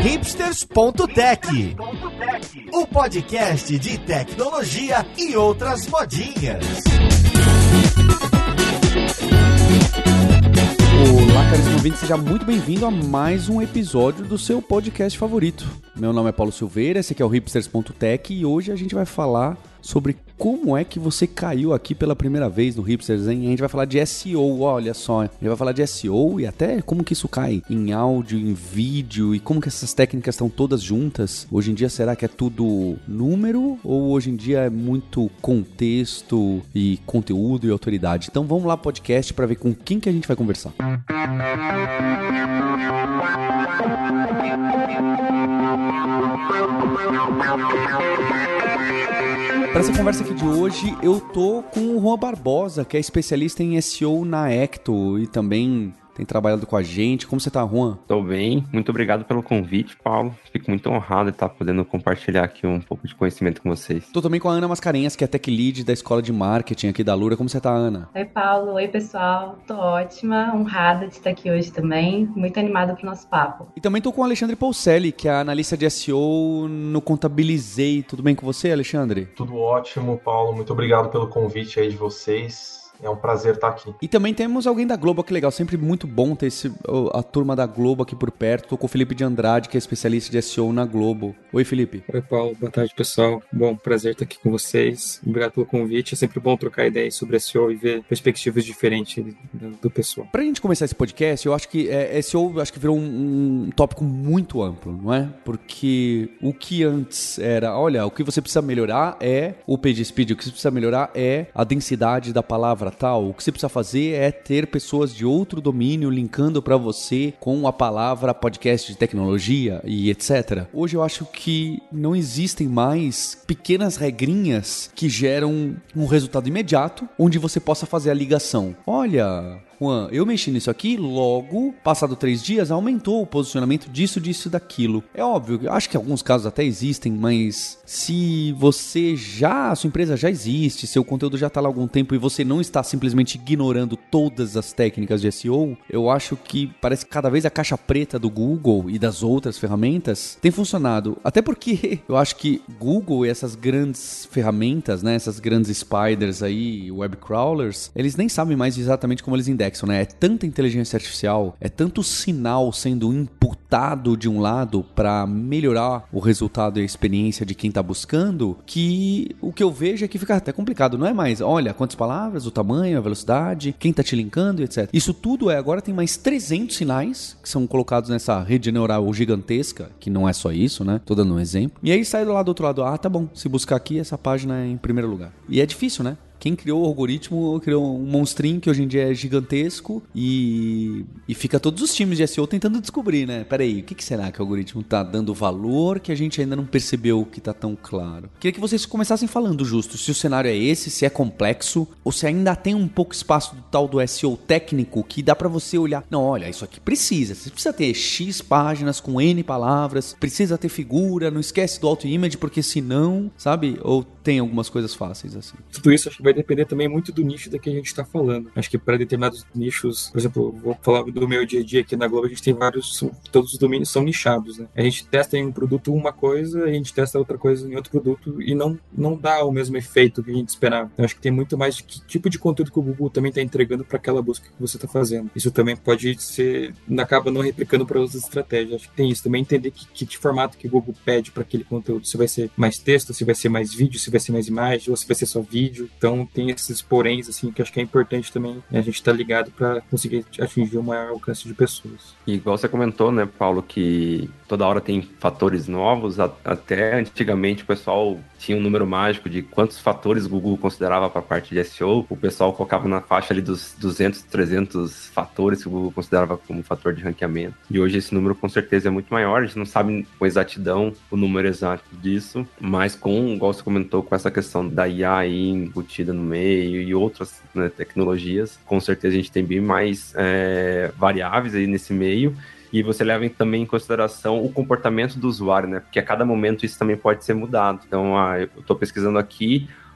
hipsters.tech, o podcast de tecnologia e outras modinhas. Olá, caríssimo ouvinte, seja muito bem-vindo a mais um episódio do seu podcast favorito. Meu nome é Paulo Silveira, esse aqui é o hipsters.tech e hoje a gente vai falar sobre como é que você caiu aqui pela primeira vez no Hipsters, hein? A gente vai falar de SEO, olha só. A gente vai falar de SEO e até como que isso cai em áudio, em vídeo e como que essas técnicas estão todas juntas. Hoje em dia, será que é tudo número ou hoje em dia é muito contexto e conteúdo e autoridade? Então vamos lá, podcast, para ver com quem que a gente vai conversar. Para essa conversa aqui de hoje, eu tô com o Juan Barbosa, que é especialista em SEO na Ecto e também tem trabalhado com a gente. Como você tá, Juan? Tô bem, muito obrigado pelo convite, Paulo. Fico muito honrado de estar podendo compartilhar aqui um pouco de conhecimento com vocês. Tô também com a Ana Mascarenhas, que é Tech Lead da Escola de Marketing aqui da Lura. Como você tá, Ana? Oi, Paulo. Oi, pessoal. Tô ótima, honrada de estar aqui hoje também. Muito animada pro nosso papo. E também tô com o Alexandre Polselli, que é analista de SEO no Contabilizei. Tudo bem com você, Alexandre? Tudo ótimo, Paulo. Muito obrigado pelo convite aí de vocês. É um prazer estar aqui. E também temos alguém da Globo, que legal. Sempre muito bom ter a turma da Globo aqui por perto. Tô com o Felipe de Andrade, que é especialista de SEO na Globo. Oi, Felipe. Oi, Paulo. Boa tarde, pessoal. Bom, prazer estar aqui com vocês. Obrigado pelo convite. É sempre bom trocar ideias sobre SEO e ver perspectivas diferentes do pessoal. Pra gente começar esse podcast, eu acho que SEO virou um tópico muito amplo, não é? Porque o que antes era, olha, o que você precisa melhorar é o page speed, o que você precisa melhorar é a densidade da palavra tal. O que você precisa fazer é ter pessoas de outro domínio linkando para você com a palavra podcast de tecnologia e etc. Hoje eu acho que não existem mais pequenas regrinhas que geram um resultado imediato onde você possa fazer a ligação. Olha, Juan, eu mexi nisso aqui, logo, passado 3 dias, aumentou o posicionamento disso, daquilo. É óbvio, acho que alguns casos até existem, mas se a sua empresa já existe, seu conteúdo já está lá há algum tempo e você não está simplesmente ignorando todas as técnicas de SEO, eu acho que parece que cada vez a caixa preta do Google e das outras ferramentas tem funcionado. Até porque eu acho que Google e essas grandes ferramentas, né, essas grandes spiders aí, web crawlers, eles nem sabem mais exatamente como eles indexam. Né? É tanta inteligência artificial, é tanto sinal sendo imputado de um lado para melhorar o resultado e a experiência de quem está buscando, que o que eu vejo é que fica até complicado. Não é mais, olha, quantas palavras, o tamanho, a velocidade, quem está te linkando, etc. Isso tudo agora tem mais 300 sinais que são colocados nessa rede neural gigantesca, que não é só isso, né? Tô dando um exemplo. E aí sai do lado do outro lado, tá bom, se buscar aqui, essa página é em primeiro lugar. E é difícil, né? Quem criou o algoritmo criou um monstrinho que hoje em dia é gigantesco e fica todos os times de SEO tentando descobrir, né? Peraí, o que será que o algoritmo tá dando valor que a gente ainda não percebeu que tá tão claro? Queria que vocês começassem falando justo se o cenário é esse, se é complexo ou se ainda tem um pouco espaço do tal do SEO técnico que dá pra você olhar. Não, olha, isso aqui precisa. Você precisa ter X páginas com N palavras, precisa ter figura, não esquece do auto-image porque senão, sabe? Ou tem algumas coisas fáceis assim. Tudo isso acho que vai depender também muito do nicho da que a gente está falando. Acho que para determinados nichos, por exemplo, vou falar do meu dia a dia aqui na Globo, a gente tem todos os domínios são nichados, né? A gente testa em um produto uma coisa, a gente testa outra coisa em outro produto e não dá o mesmo efeito que a gente esperava. Então, acho que tem muito mais de que tipo de conteúdo que o Google também está entregando para aquela busca que você está fazendo. Isso também pode ser, acaba não replicando para outras estratégias. Acho que tem isso também, entender que formato que o Google pede para aquele conteúdo. Se vai ser mais texto, se vai ser mais vídeo, se vai ser mais imagem, ou se vai ser só vídeo. Então, tem esses poréns, assim, que acho que é importante também, né, a gente estar ligado para conseguir atingir o maior alcance de pessoas. E igual você comentou, né, Paulo, que toda hora tem fatores novos, até antigamente o pessoal tinha um número mágico de quantos fatores o Google considerava para a parte de SEO, o pessoal colocava na faixa ali dos 200, 300 fatores que o Google considerava como fator de ranqueamento. E hoje esse número com certeza é muito maior, a gente não sabe com exatidão o número exato disso, mas igual você comentou, com essa questão da IA aí embutida no meio e outras, né, tecnologias, com certeza a gente tem bem mais variáveis aí nesse meio. E você leva também em consideração o comportamento do usuário, né? Porque a cada momento isso também pode ser mudado. Então, eu estou pesquisando aqui,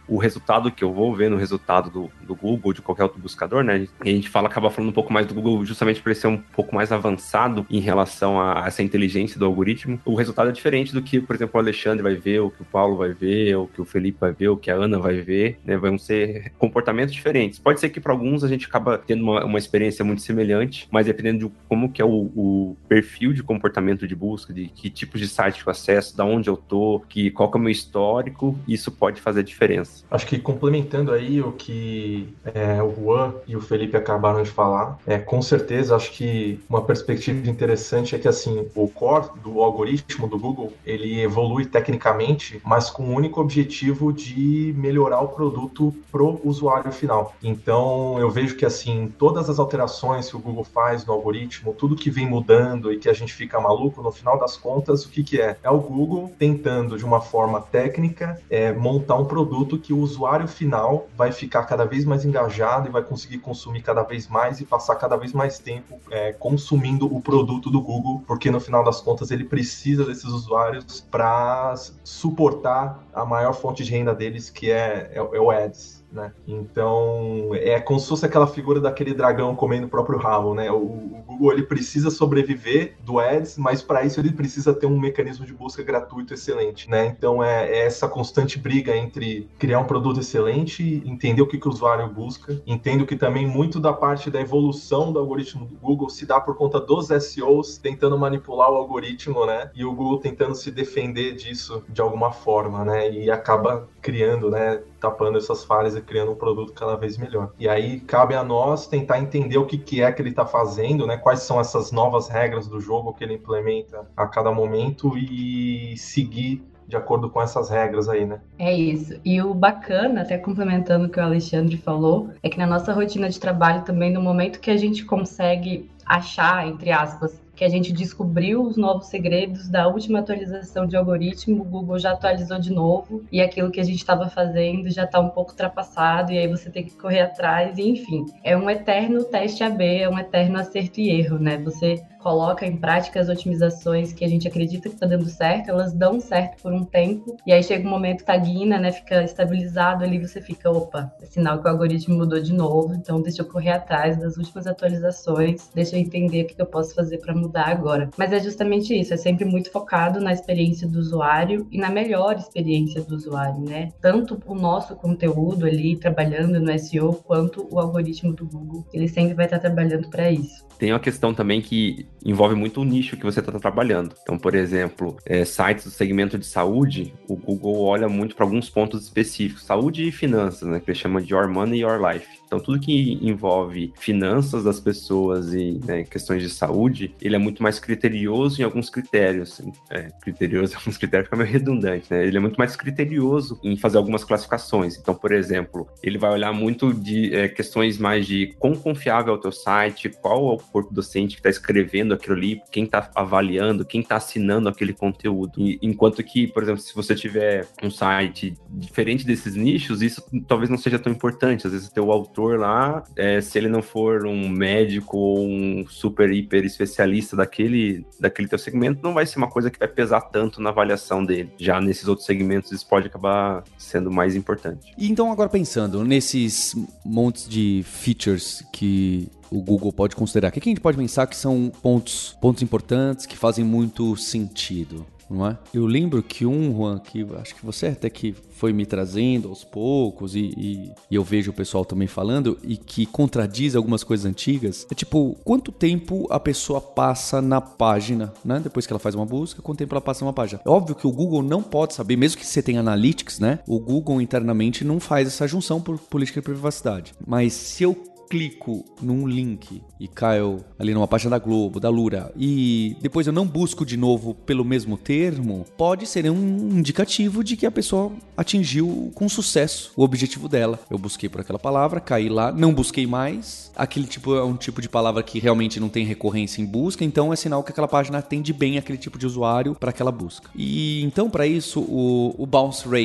o resultado que eu vou ver no resultado do Google, de qualquer outro buscador, né? E a gente acaba falando um pouco mais do Google justamente por ele ser um pouco mais avançado em relação a essa inteligência do algoritmo. O resultado é diferente do que, por exemplo, o Alexandre vai ver, o que o Paulo vai ver, o que o Felipe vai ver, o que a Ana vai ver, né? Vão ser comportamentos diferentes. Pode ser que para alguns a gente acaba tendo uma experiência muito semelhante, mas dependendo de como que é o perfil de comportamento de busca, de que tipos de site que eu acesso, da onde eu tô, qual que é o meu histórico, isso pode fazer diferença. Acho que complementando aí o que o Juan e o Felipe acabaram de falar, com certeza acho que uma perspectiva interessante é que assim, o core do algoritmo do Google, ele evolui tecnicamente, mas com o único objetivo de melhorar o produto pro usuário final. Então eu vejo que assim, todas as alterações que o Google faz no algoritmo, tudo que vem mudando e que a gente fica maluco, no final das contas, o que é? É o Google tentando de uma forma técnica montar um produto que o usuário final vai ficar cada vez mais engajado e vai conseguir consumir cada vez mais e passar cada vez mais tempo consumindo o produto do Google, porque no final das contas ele precisa desses usuários para suportar a maior fonte de renda deles, que é o Ads. Né? Então, é como se fosse aquela figura daquele dragão comendo o próprio rabo, né? O Google, ele precisa sobreviver do Ads, mas para isso ele precisa ter um mecanismo de busca gratuito excelente, né? Então, é essa constante briga entre criar um produto excelente, entender o que o usuário busca, entendo que também muito da parte da evolução do algoritmo do Google se dá por conta dos SEOs tentando manipular o algoritmo, né? E o Google tentando se defender disso de alguma forma, né? E acaba criando, né? Tapando essas falhas e criando um produto cada vez melhor. E aí cabe a nós tentar entender o que é que ele está fazendo, né? Quais são essas novas regras do jogo que ele implementa a cada momento e seguir de acordo com essas regras aí, né? É isso. E o bacana, até complementando o que o Alexandre falou, é que na nossa rotina de trabalho também, no momento que a gente consegue achar, entre aspas, que a gente descobriu os novos segredos da última atualização de algoritmo, o Google já atualizou de novo e aquilo que a gente estava fazendo já está um pouco ultrapassado e aí você tem que correr atrás e enfim. É um eterno teste AB, é um eterno acerto e erro, né? Você coloca em prática as otimizações que a gente acredita que está dando certo, elas dão certo por um tempo e aí chega um momento que estagna, né? Fica estabilizado ali, você fica, opa, é sinal que o algoritmo mudou de novo, então deixa eu correr atrás das últimas atualizações, deixa eu entender o que eu posso fazer para mudar agora. Mas é justamente isso, é sempre muito focado na experiência do usuário e na melhor experiência do usuário, né? Tanto o nosso conteúdo ali, trabalhando no SEO, quanto o algoritmo do Google, ele sempre vai estar trabalhando para isso. Tem uma questão também que envolve muito o nicho que você está trabalhando. Então, por exemplo, sites do segmento de saúde, o Google olha muito para alguns pontos específicos. Saúde e finanças, né? Que ele chama de Your Money, Your Life. Então, tudo que envolve finanças das pessoas e questões de saúde, ele é muito mais criterioso em alguns critérios. Criterioso em alguns critérios fica meio redundante, né? Ele é muito mais criterioso em fazer algumas classificações. Então, por exemplo, ele vai olhar muito de questões mais de quão confiável é o teu site, qual é o corpo docente que está escrevendo aquilo ali, quem está avaliando, quem está assinando aquele conteúdo. E, enquanto que, por exemplo, se você tiver um site diferente desses nichos, isso talvez não seja tão importante. Às vezes, ter o autor lá, se ele não for um médico ou um super, hiper especialista daquele teu segmento, não vai ser uma coisa que vai pesar tanto na avaliação dele. Já nesses outros segmentos, isso pode acabar sendo mais importante. E então, agora pensando nesses montes de features que o Google pode considerar, o que a gente pode pensar que são pontos importantes que fazem muito sentido? Não é? Eu lembro que Juan, que acho que você até que foi me trazendo aos poucos e eu vejo o pessoal também falando e que contradiz algumas coisas antigas, é tipo, quanto tempo a pessoa passa na página, né? Depois que ela faz uma busca, quanto tempo ela passa numa página. É óbvio que o Google não pode saber, mesmo que você tenha analytics, né? O Google internamente não faz essa junção por política de privacidade. Mas se eu clico num link e caio ali numa página da Globo, da Lura, e depois eu não busco de novo pelo mesmo termo, pode ser um indicativo de que a pessoa atingiu com sucesso o objetivo dela. Eu busquei por aquela palavra, caí lá, não busquei mais. Aquele tipo é um tipo de palavra que realmente não tem recorrência em busca, então é sinal que aquela página atende bem aquele tipo de usuário para aquela busca. E então, para isso, o bounce rate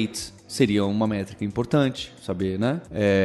seria uma métrica importante, saber, né?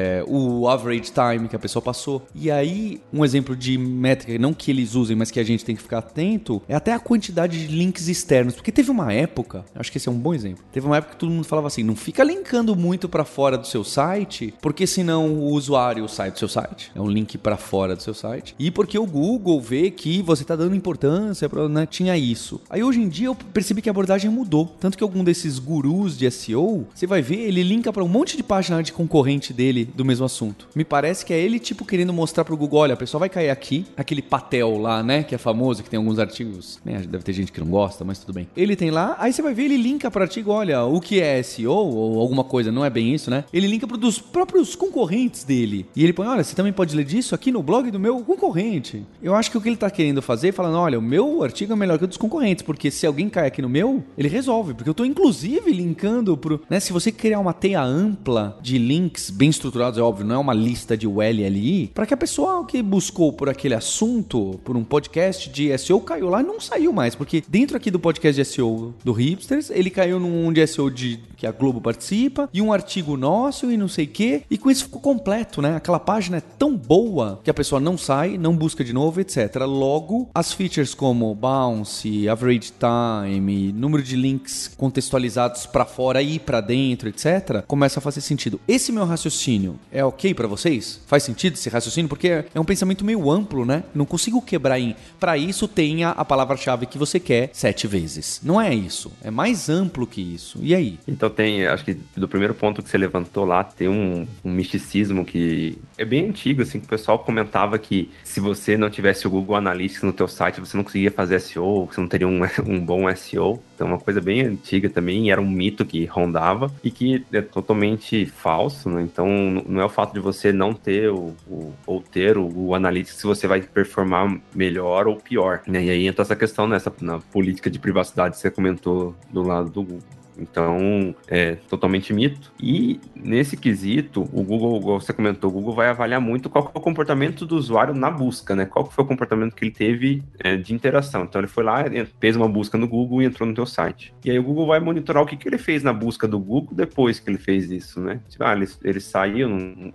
O average time que a pessoa passou. E aí, um exemplo de métrica, não que eles usem, mas que a gente tem que ficar atento, é até a quantidade de links externos. Porque teve uma época, acho que esse é um bom exemplo, teve uma época que todo mundo falava assim, não fica linkando muito pra fora do seu site, porque senão o usuário sai do seu site. É um link pra fora do seu site. E porque o Google vê que você tá dando importância, né? Tinha isso. Aí hoje em dia eu percebi que a abordagem mudou. Tanto que algum desses gurus de SEO, você vai ver, ele linka pra um monte de página de concorrente dele do mesmo assunto. Me parece que é ele, tipo, querendo mostrar pro Google, olha, a pessoa vai cair aqui, aquele Patel lá, né, que é famoso, que tem alguns artigos, né, deve ter gente que não gosta, mas tudo bem. Ele tem lá, aí você vai ver, ele linka para artigo, olha, o que é SEO, ou alguma coisa, não é bem isso, né? Ele linka dos próprios concorrentes dele. E ele põe, olha, você também pode ler disso aqui no blog do meu concorrente. Eu acho que o que ele tá querendo fazer é falando, olha, o meu artigo é melhor que o dos concorrentes, porque se alguém cai aqui no meu, ele resolve, porque eu tô inclusive linkando pro, né, se você criar uma teia ampla de links bem estruturados, é óbvio, não é uma lista de URL ali, para que a pessoa que buscou por aquele assunto, por um podcast de SEO, caiu lá e não saiu mais, porque dentro aqui do podcast de SEO do Hipsters, ele caiu num de SEO que a Globo participa, e um artigo nosso e não sei o que, e com isso ficou completo, né? Aquela página é tão boa que a pessoa não sai, não busca de novo, etc. Logo, as features como bounce, average time, número de links contextualizados para fora e para dentro, etc., começa a fazer sentido. Esse meu raciocínio é ok para vocês? Faz sentido esse raciocínio? Porque é um pensamento meio amplo, né? Não consigo quebrar em, para isso tenha a palavra-chave que você quer 7 vezes. Não é isso. É mais amplo que isso. E aí? Então tem, acho que do primeiro ponto que você levantou lá, tem um misticismo que é bem antigo, assim, que o pessoal comentava que se você não tivesse o Google Analytics no teu site, você não conseguia fazer SEO, você não teria um bom SEO. Então, uma coisa bem antiga também, era um mito que rondava e que é totalmente falso, né? Então, não é o fato de você não ter ou ter o Analytics se você vai performar melhor ou pior, né? E aí entra essa questão na política de privacidade que você comentou do lado do Google. Então, é totalmente mito. E nesse quesito, o Google, como você comentou, o Google vai avaliar muito qual que é o comportamento do usuário na busca, né? Qual que foi o comportamento que ele teve de interação. Então, ele foi lá, fez uma busca no Google e entrou no teu site. E aí o Google vai monitorar o que ele fez na busca do Google depois que ele fez isso, né? Tipo, ele saiu,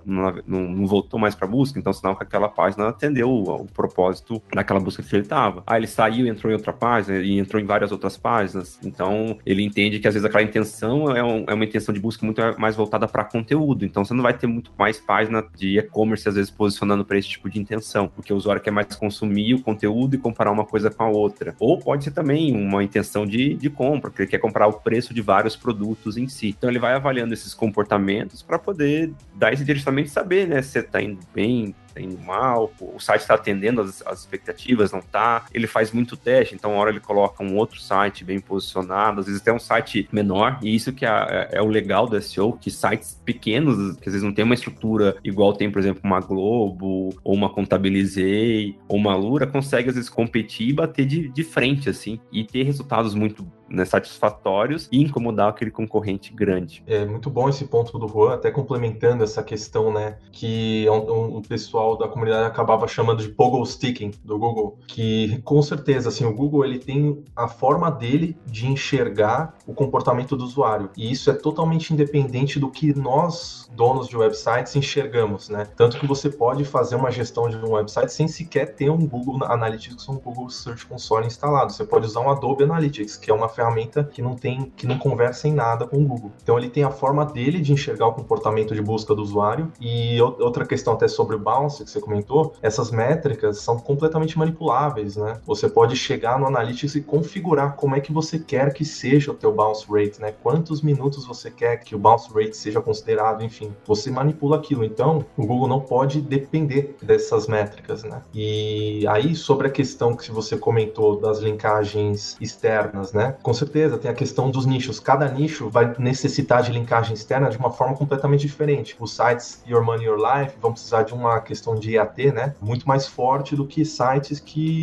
não voltou mais para a busca, então sinal que aquela página atendeu o propósito daquela busca que ele estava. Ele saiu, entrou em outra página e entrou em várias outras páginas. Então, ele entende que às vezes aquela intenção é uma intenção de busca muito mais voltada para conteúdo. Então, você não vai ter muito mais página de e-commerce, às vezes, posicionando para esse tipo de intenção, porque o usuário quer mais consumir o conteúdo e comparar uma coisa com a outra. Ou pode ser também uma intenção de compra, porque ele quer comprar o preço de vários produtos em si. Então, ele vai avaliando esses comportamentos para poder dar esse direcionamento e saber, né, se você está indo bem, tá indo mal, o site está atendendo as expectativas, não tá. Ele faz muito teste, então uma hora ele coloca um outro site bem posicionado, às vezes até um site menor, e isso que é o legal do SEO, que sites pequenos, que às vezes não tem uma estrutura igual tem, por exemplo, uma Globo, ou uma Contabilizei, ou uma Lura, consegue às vezes competir e bater de frente, assim, e ter resultados muito, né, satisfatórios e incomodar aquele concorrente grande. É muito bom esse ponto do Juan, até complementando essa questão, né, que o pessoal da comunidade acabava chamando de pogo sticking do Google, que com certeza, assim, o Google ele tem a forma dele de enxergar o comportamento do usuário, e isso é totalmente independente do que nós, donos de websites, enxergamos, né? Tanto que você pode fazer uma gestão de um website sem sequer ter um Google Analytics ou um Google Search Console instalado. Você pode usar um Adobe Analytics, que é uma ferramenta que não conversa em nada com o Google. Então ele tem a forma dele de enxergar o comportamento de busca do usuário. E outra questão até sobre o bounce que você comentou, essas métricas são completamente manipuláveis, né? Você pode chegar no Analytics e configurar como é que você quer que seja o teu bounce rate, né? Quantos minutos você quer que o bounce rate seja considerado, enfim. Você manipula aquilo. Então, o Google não pode depender dessas métricas, né? E aí, sobre a questão que você comentou das linkagens externas, né? Com certeza, tem a questão dos nichos. Cada nicho vai necessitar de linkagem externa de uma forma completamente diferente. Os sites Your Money, Your Life vão precisar de uma questão de EAT, né? Muito mais forte do que sites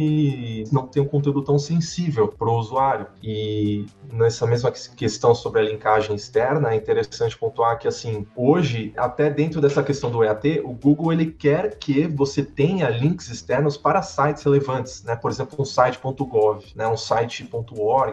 que não têm um conteúdo tão sensível para o usuário. E nessa mesma questão sobre a linkagem externa, é interessante pontuar que, assim, hoje, até dentro dessa questão do EAT, o Google, ele quer que você tenha links externos para sites relevantes, né? Por exemplo, um site.gov, né? Um site.org, que são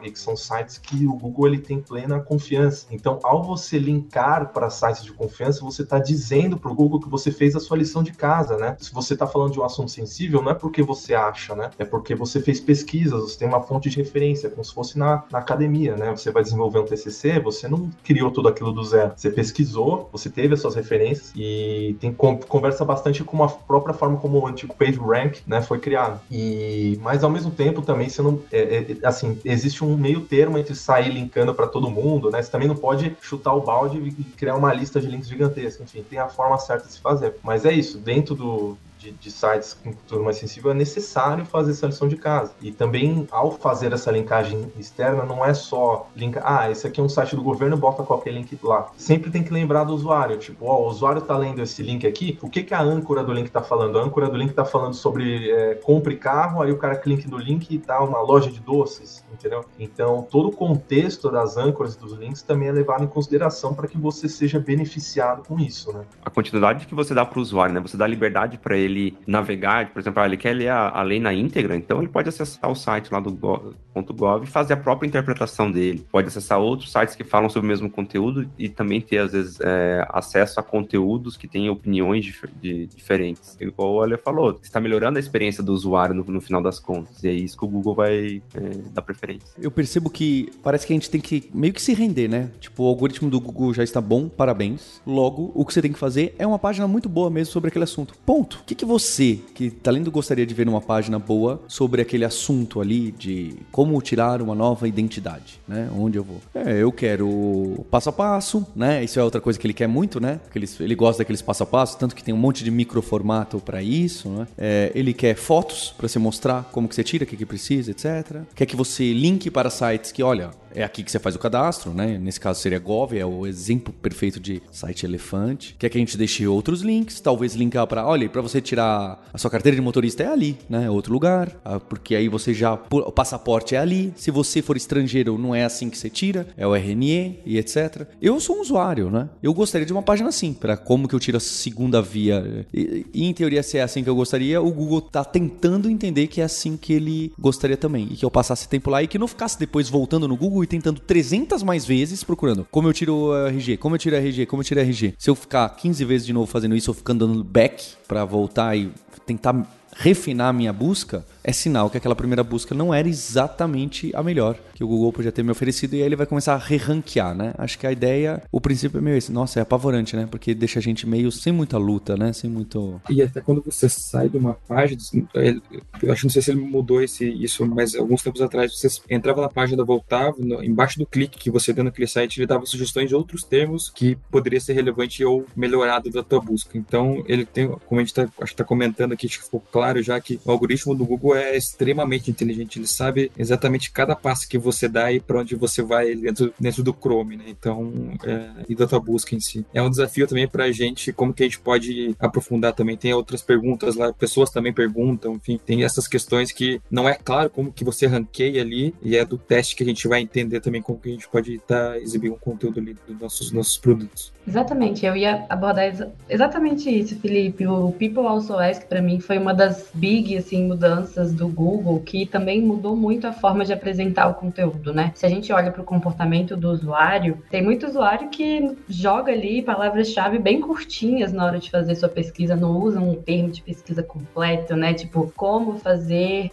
sites que o Google ele tem plena confiança. Então, ao você linkar para sites de confiança, você está dizendo para o Google que você fez a sua lição de casa, né? Se você está falando de um assunto sensível, não é porque você acha, né? É porque você fez pesquisas, você tem uma fonte de referência, como se fosse na academia, né? Você vai desenvolver um TCC, você não criou tudo aquilo do zero. Você pesquisou, você teve as suas referências e conversa bastante com a própria forma como o antigo PageRank, né, foi criado. Mas ao mesmo tempo também você não, assim, existe um meio termo entre sair linkando para todo mundo, né? Você também não pode chutar o balde e criar uma lista de links gigantesca. Enfim, tem a forma certa de se fazer. Mas é isso, dentro de sites com conteúdo mais sensível, é necessário fazer essa lição de casa. E também, ao fazer essa linkagem externa, não é só linkar, esse aqui é um site do governo, bota qualquer link lá. Sempre tem que lembrar do usuário, tipo, o usuário tá lendo esse link aqui, o que a âncora do link tá falando? A âncora do link tá falando sobre compre carro, aí o cara clica no link e tá uma loja de doces, entendeu? Então, todo o contexto das âncoras e dos links também é levado em consideração para que você seja beneficiado com isso, né? A continuidade que você dá para o usuário, né? Você dá liberdade para ele navegar, por exemplo, ele quer ler a lei na íntegra, então ele pode acessar o site lá do .gov e fazer a própria interpretação dele. Pode acessar outros sites que falam sobre o mesmo conteúdo e também ter, às vezes, acesso a conteúdos que têm opiniões diferentes. Igual o Ale falou, você está melhorando a experiência do usuário no final das contas, e é isso que o Google vai dar preferência. Eu percebo que parece que a gente tem que meio que se render, né? Tipo, o algoritmo do Google já está bom, parabéns. Logo, o que você tem que fazer é uma página muito boa mesmo sobre aquele assunto. Ponto. O que você, que tá lendo, gostaria de ver numa página boa sobre aquele assunto ali de como tirar uma nova identidade, né? Onde eu vou? Eu quero passo a passo, né? Isso é outra coisa que ele quer muito, né? Porque ele gosta daqueles passo a passo, tanto que tem um monte de microformato para isso, né? Ele quer fotos para você mostrar como que você tira, o que precisa, etc. Quer que você linke para sites que, olha, é aqui que você faz o cadastro, né? Nesse caso seria Gov, é o exemplo perfeito de site elefante. Quer que a gente deixe outros links, talvez linkar para, olha, para você tirar a sua carteira de motorista é ali, né? Outro lugar, porque aí você o passaporte é ali. Se você for estrangeiro, não é assim que você tira, é o RNE e etc. Eu sou um usuário, né? Eu gostaria de uma página assim, para como que eu tiro a segunda via. E em teoria, se é assim que eu gostaria, o Google tá tentando entender que é assim que ele gostaria também. E que eu passasse tempo lá e que não ficasse depois voltando no Google e tentando 300 mais vezes procurando como eu tiro o RG, como eu tiro o RG, como eu tiro o RG. Se eu ficar 15 vezes de novo fazendo isso, eu ficar andando back pra voltar e tentar refinar a minha busca, é sinal que aquela primeira busca não era exatamente a melhor que o Google podia ter me oferecido, e aí ele vai começar a re-ranquear, né? Acho que a ideia, o princípio é meio esse. Nossa, é apavorante, né? Porque deixa a gente meio sem muita luta, né? Sem muito... E até quando você sai de uma página, eu acho, não sei se ele mudou isso, mas alguns tempos atrás você entrava na página, voltava, embaixo do clique que você deu naquele site, ele dava sugestões de outros termos que poderia ser relevante ou melhorado da tua busca. Então, ele tem, como a gente acho que tá comentando aqui, acho que ficou claro já que o algoritmo do Google é extremamente inteligente, ele sabe exatamente cada passo que você dá e para onde você vai dentro do Chrome, né? Então, e da tua busca em si. É um desafio também pra gente, como que a gente pode aprofundar também. Tem outras perguntas lá, pessoas também perguntam, enfim, tem essas questões que não é claro como que você ranqueia ali, e é do teste que a gente vai entender também como que a gente pode exibir um conteúdo ali dos nossos produtos. Exatamente, eu ia abordar exatamente isso, Felipe. O People Also Ask, para mim, foi uma das big, assim, mudanças do Google, que também mudou muito a forma de apresentar o conteúdo, né? Se a gente olha para o comportamento do usuário, tem muito usuário que joga ali palavras-chave bem curtinhas na hora de fazer sua pesquisa, não usa um termo de pesquisa completo, né? Tipo, como fazer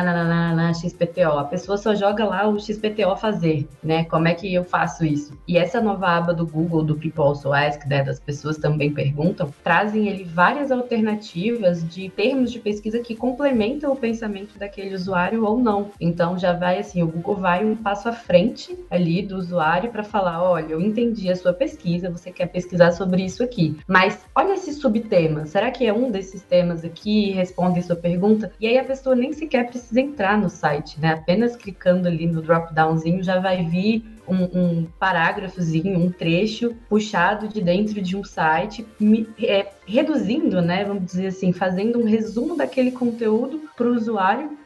XPTO. A pessoa só joga lá o XPTO fazer, né? Como é que eu faço isso? E essa nova aba do Google, do People Also Ask, né, das pessoas também perguntam, trazem ele várias alternativas de termos de pesquisa que complementam o pensamento daquele usuário ou não. Então já vai assim, o Google vai um passo à frente ali do usuário para falar, olha, eu entendi a sua pesquisa, você quer pesquisar sobre isso aqui, mas olha esse subtema, será que é um desses temas aqui? Responde sua pergunta, e aí a pessoa nem sequer precisa entrar no site, né? Apenas clicando ali no drop-downzinho já vai vir um parágrafozinho, um trecho puxado de dentro de um site, reduzindo, né, vamos dizer assim, fazendo um resumo daquele conteúdo para o usuário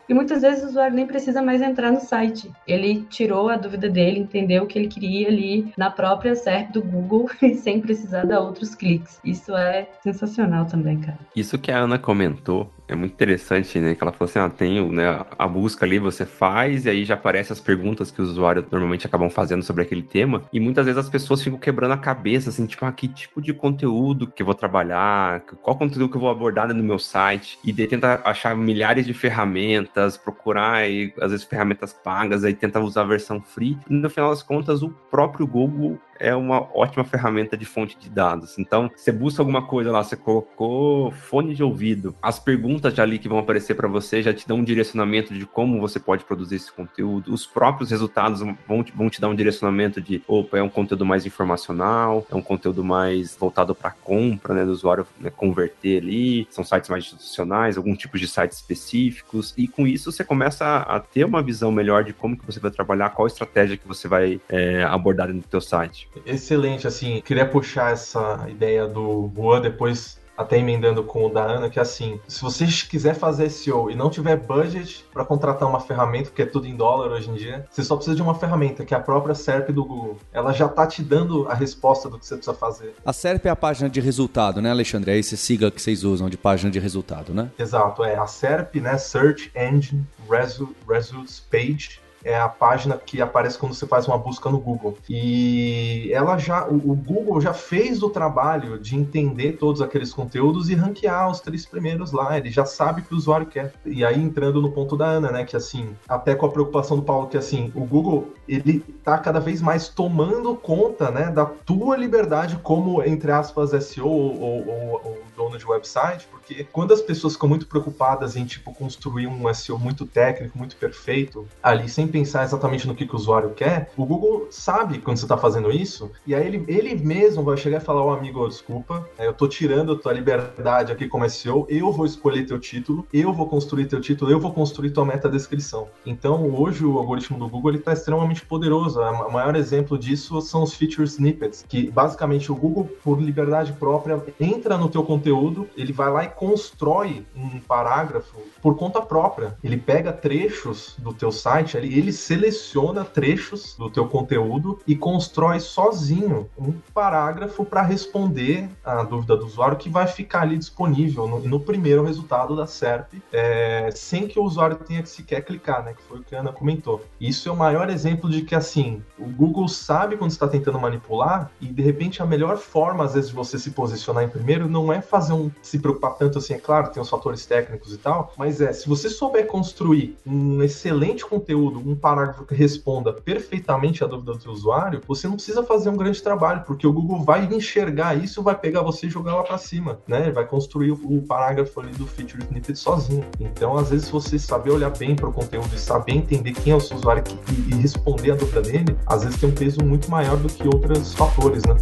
E muitas vezes o usuário nem precisa mais entrar no site. Ele tirou a dúvida dele, entendeu o que ele queria ali na própria SERP do Google e sem precisar dar outros cliques. Isso é sensacional também, cara. Isso que a Ana comentou é muito interessante, né? Que ela falou assim, tem né, a busca ali, você faz, e aí já aparecem as perguntas que os usuários normalmente acabam fazendo sobre aquele tema, e muitas vezes as pessoas ficam quebrando a cabeça, assim, tipo, que tipo de conteúdo que eu vou trabalhar, qual conteúdo que eu vou abordar no meu site, e daí tenta achar milhares de ferramentas, procurar, aí, às vezes, ferramentas pagas, aí tenta usar a versão free, e no final das contas, o próprio Google é uma ótima ferramenta de fonte de dados. Então, você busca alguma coisa lá, você colocou fone de ouvido, as perguntas já ali que vão aparecer para você já te dão um direcionamento de como você pode produzir esse conteúdo, os próprios resultados vão te dar um direcionamento de, é um conteúdo mais informacional, é um conteúdo mais voltado para compra, né, do usuário, né, converter ali, são sites mais institucionais, algum tipo de sites específicos, e com isso você começa a ter uma visão melhor de como que você vai trabalhar, qual estratégia que você vai abordar no teu site. Excelente, assim, queria puxar essa ideia do Juan depois, até emendando com o da Ana, que assim, se você quiser fazer SEO e não tiver budget para contratar uma ferramenta, porque é tudo em dólar hoje em dia, você só precisa de uma ferramenta, que é a própria SERP do Google. Ela já tá te dando a resposta do que você precisa fazer. A SERP é a página de resultado, né, Alexandre? É esse sigla que vocês usam de página de resultado, né? Exato, a SERP, né, Search Engine Results Page, é a página que aparece quando você faz uma busca no Google. E o Google já fez o trabalho de entender todos aqueles conteúdos e ranquear os 3 primeiros lá. Ele já sabe o que o usuário quer. E aí, entrando no ponto da Ana, né, que assim, até com a preocupação do Paulo, que assim, o Google, ele tá cada vez mais tomando conta, né, da tua liberdade como, entre aspas, SEO ou dono de website, porque quando as pessoas ficam muito preocupadas em, tipo, construir um SEO muito técnico, muito perfeito, ali, sem pensar exatamente no que o usuário quer, o Google sabe quando você está fazendo isso, e aí ele mesmo vai chegar e falar, amigo, desculpa, eu tô tirando a tua liberdade aqui como SEO, eu vou escolher teu título, eu vou construir teu título, eu vou construir tua metadescrição. Então, hoje, o algoritmo do Google, ele tá extremamente poderoso. O maior exemplo disso são os feature snippets, que, basicamente, o Google, por liberdade própria, entra no teu conteúdo, ele vai lá e constrói um parágrafo por conta própria. Ele pega trechos do teu site, ele seleciona trechos do teu conteúdo e constrói sozinho um parágrafo para responder a dúvida do usuário, que vai ficar ali disponível no primeiro resultado da SERP, sem que o usuário tenha que sequer clicar, né? Que foi o que a Ana comentou. Isso é o maior exemplo de que, assim, o Google sabe quando você está tentando manipular e, de repente, a melhor forma, às vezes, de você se posicionar em primeiro não é se preocupar tanto assim, é claro, tem os fatores técnicos e tal, mas se você souber construir um excelente conteúdo, um parágrafo que responda perfeitamente a dúvida do seu usuário, você não precisa fazer um grande trabalho, porque o Google vai enxergar isso, vai pegar você e jogar lá para cima, né? Ele vai construir o parágrafo ali do feature snippet sozinho. Então, às vezes, você saber olhar bem para o conteúdo e saber entender quem é o seu usuário e responder a dúvida dele, às vezes tem um peso muito maior do que outros fatores, né?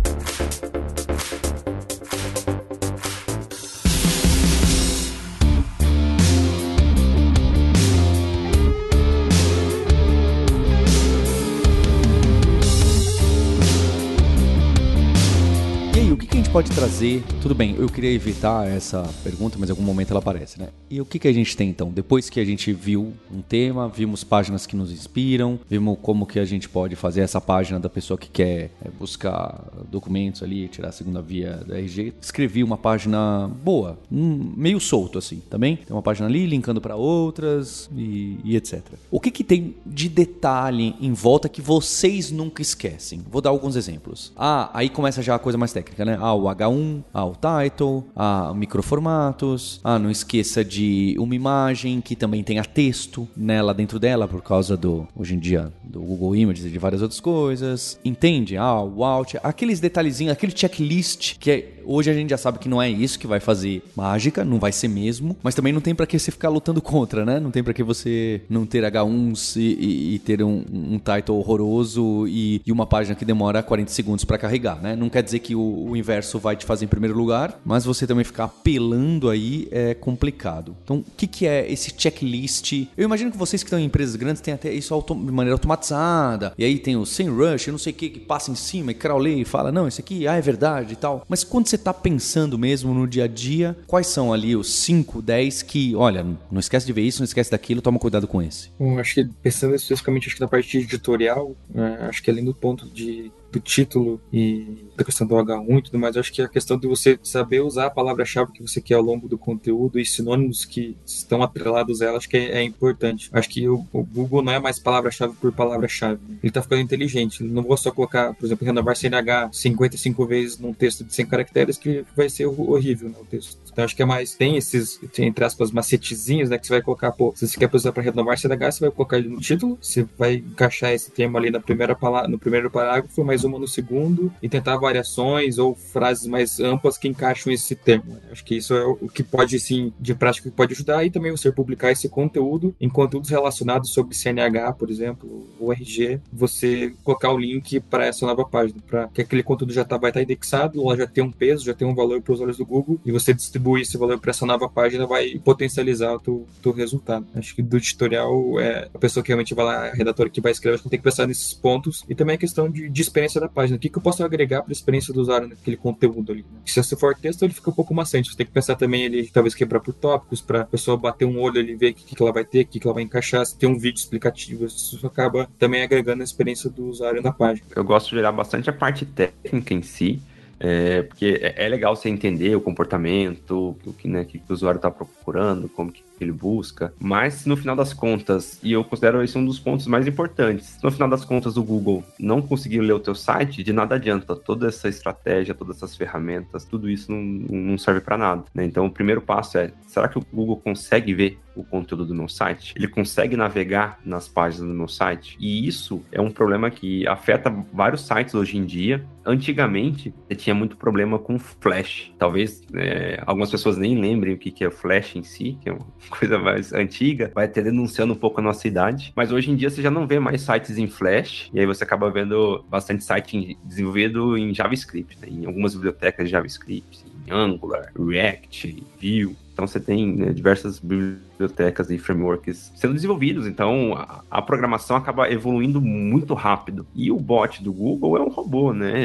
Pode trazer, tudo bem, eu queria evitar essa pergunta, mas em algum momento ela aparece, né? E o que a gente tem então? Depois que a gente viu um tema, vimos páginas que nos inspiram, vimos como que a gente pode fazer essa página da pessoa que quer buscar documentos ali, tirar a segunda via da RG, escrevi uma página boa, meio solto assim, tá bem? Tem uma página ali, linkando para outras e etc. O que tem de detalhe em volta que vocês nunca esquecem? Vou dar alguns exemplos. Aí começa já a coisa mais técnica, né? O H1, o title, microformatos, não esqueça de uma imagem que também tenha texto nela dentro dela por causa hoje em dia, do Google Images e de várias outras coisas. Entende? O alt, aqueles detalhezinhos, aquele checklist que hoje a gente já sabe que não é isso que vai fazer mágica, não vai ser mesmo, mas também não tem pra que você ficar lutando contra, né? Não tem pra que você não ter H1s e ter um title horroroso e uma página que demora 40 segundos pra carregar, né? Não quer dizer que o inverso vai te fazer em primeiro lugar, mas você também ficar apelando aí é complicado. Então, o que é esse checklist? Eu imagino que vocês que estão em empresas grandes têm até isso de maneira automática. automatizada, e aí tem o SEMrush, eu não sei o que passa em cima e crawley e fala, não, isso aqui é verdade e tal. Mas quando você tá pensando mesmo no dia a dia, quais são ali os 5, 10 que, olha, não esquece de ver isso, não esquece daquilo, toma cuidado com esse? Bom, acho que pensando especificamente na parte editorial, acho que além do ponto do título e da questão do H1 e tudo mais, acho que a questão de você saber usar a palavra-chave que você quer ao longo do conteúdo e sinônimos que estão atrelados a ela, acho que é importante. Acho que o Google não é mais palavra-chave por palavra-chave. Ele está ficando inteligente. Ele não vou só colocar, por exemplo, renovar CNH 55 vezes num texto de 100 caracteres que vai ser horrível, né, o texto. Então acho que é mais, tem esses, entre aspas, macetezinhos, né, que você vai colocar, se você quer precisar para renovar CNH, você vai colocar ele no título, você vai encaixar esse termo ali na primeira palavra, no primeiro parágrafo, mais uma no segundo, e tentar variações ou frases mais amplas que encaixam esse termo. Acho que isso é o que pode, sim, de prática, que pode ajudar, e também você publicar esse conteúdo em conteúdos relacionados sobre CNH, por exemplo, ou RG, você colocar o link para essa nova página, para que aquele conteúdo vai estar indexado, ela já tem um peso, já tem um valor para os olhos do Google, e você distribuir esse valor para essa nova página vai potencializar o teu resultado. Acho que do tutorial, a pessoa que realmente vai lá, a redatora que vai escrever, acho que tem que pensar nesses pontos, e também a questão de experiência da página. O que eu posso agregar para a experiência do usuário naquele conteúdo ali? Né? Se você for texto, ele fica um pouco maçante. Você tem que pensar também ele talvez quebrar por tópicos, para a pessoa bater um olho ali e ver o que ela vai ter, o que ela vai encaixar, se tem um vídeo explicativo. Isso acaba também agregando a experiência do usuário na página. Eu gosto de olhar bastante a parte técnica em si, porque é legal você entender o comportamento, o que o usuário está procurando, como que ele busca, mas no final das contas, e eu considero esse um dos pontos mais importantes, no final das contas o Google não conseguir ler o teu site, de nada adianta, toda essa estratégia, todas essas ferramentas, tudo isso não serve para nada, né? Então o primeiro passo será que o Google consegue ver o conteúdo do meu site? Ele consegue navegar nas páginas do meu site? E isso é um problema que afeta vários sites hoje em dia. Antigamente, você tinha muito problema com Flash. Talvez algumas pessoas nem lembrem o que é o Flash em si, que é uma coisa mais antiga, vai até denunciando um pouco a nossa idade. Mas hoje em dia você já não vê mais sites em Flash, e aí você acaba vendo bastante site desenvolvido em JavaScript, né? Em algumas bibliotecas de JavaScript, em Angular, React, Vue. Então você tem diversas bibliotecas e frameworks sendo desenvolvidos, então a programação acaba evoluindo muito rápido. E o bot do Google é um robô, né?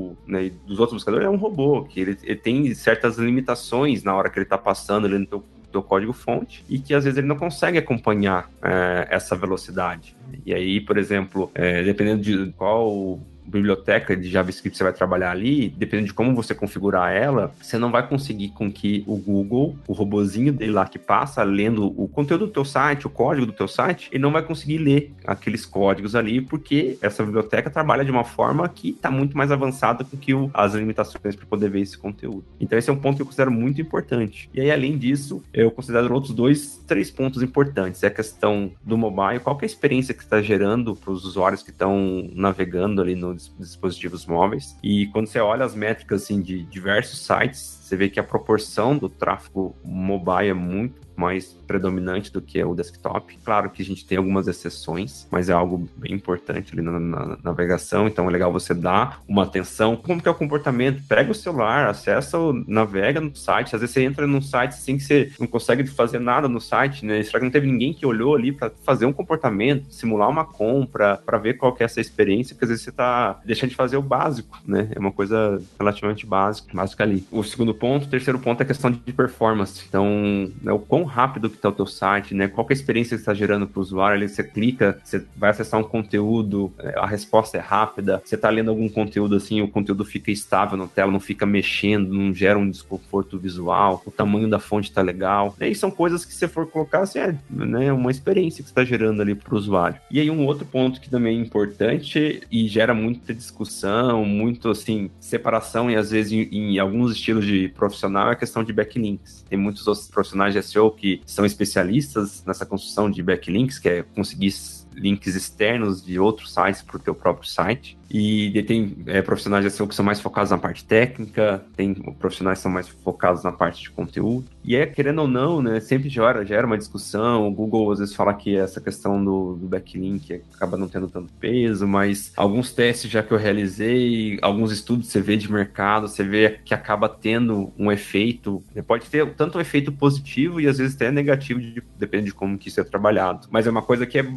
E dos outros buscadores é um robô, que ele tem certas limitações na hora que ele está passando ali no teu código-fonte, e que às vezes ele não consegue acompanhar essa velocidade. E aí, por exemplo, dependendo de qual biblioteca de JavaScript você vai trabalhar ali, dependendo de como você configurar ela, você não vai conseguir com que o Google, o robozinho dele lá que passa lendo o conteúdo do teu site, o código do teu site, ele não vai conseguir ler aqueles códigos ali, porque essa biblioteca trabalha de uma forma que está muito mais avançada com que as limitações para poder ver esse conteúdo. Então esse é um ponto que eu considero muito importante. E aí, além disso, eu considero outros 3 pontos importantes. É a questão do mobile, qual que é a experiência que está gerando para os usuários que estão navegando ali no dispositivos móveis. E quando você olha as métricas assim, de diversos sites, você vê que a proporção do tráfego mobile é muito mais predominante do que o desktop. Claro que a gente tem algumas exceções, mas é algo bem importante ali na navegação, então é legal você dar uma atenção. Como que é o comportamento? Pega o celular, acessa, navega no site. Às vezes você entra num site assim que você não consegue fazer nada no site, né? Será que não teve ninguém que olhou ali para fazer um comportamento, simular uma compra, para ver qual que é essa experiência? Porque às vezes você tá deixando de fazer o básico, né? É uma coisa relativamente básica ali. O terceiro ponto é a questão de performance. Então, o quão rápido que está o teu site, né? Qual que é a experiência que está gerando para o usuário? Ali você clica, você vai acessar um conteúdo, a resposta é rápida, você está lendo algum conteúdo assim, o conteúdo fica estável na tela, não fica mexendo, não gera um desconforto visual, o tamanho da fonte está legal. E são coisas que, se você for colocar, assim, uma experiência que você está gerando ali para o usuário. E aí um outro ponto que também é importante e gera muita discussão, muito assim, separação, e às vezes em alguns estilos de profissional, é a questão de backlinks. Tem muitos outros profissionais de SEO que são especialistas nessa construção de backlinks, que é conseguir links externos de outros sites para o teu próprio site. E tem profissionais de SEO que são mais focados na parte técnica, tem profissionais que são mais focados na parte de conteúdo. E querendo ou não, né, sempre gera uma discussão. O Google às vezes fala que essa questão do backlink acaba não tendo tanto peso, mas alguns testes já que eu realizei, alguns estudos você vê de mercado, você vê que acaba tendo um efeito, pode ter tanto um efeito positivo e às vezes até negativo, depende de como que isso é trabalhado. Mas é uma coisa que é basicamente